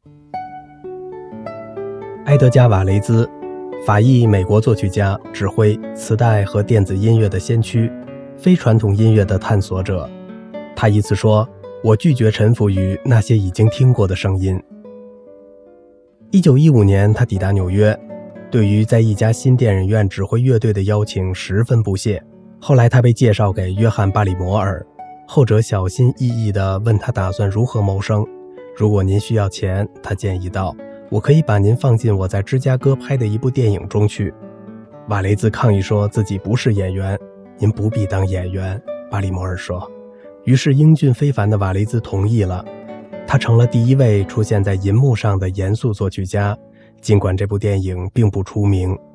埃德加·瓦雷兹，法裔美国作曲家、指挥磁带和电子音乐的先驱，非传统音乐的探索者。他一次说：“我拒绝臣服于那些已经听过的声音。”1915年，他抵达纽约，对于在一家新电影院指挥乐队的邀请十分不屑。后来他被介绍给约翰·巴里摩尔，后者小心翼翼地问他打算如何谋生。如果您需要钱，他建议道，我可以把您放进我在芝加哥拍的一部电影中去。瓦雷兹抗议说自己不是演员。您不必当演员，巴里摩尔说。于是英俊非凡的瓦雷兹同意了。他成了第一位出现在银幕上的严肃作曲家，尽管这部电影并不出名。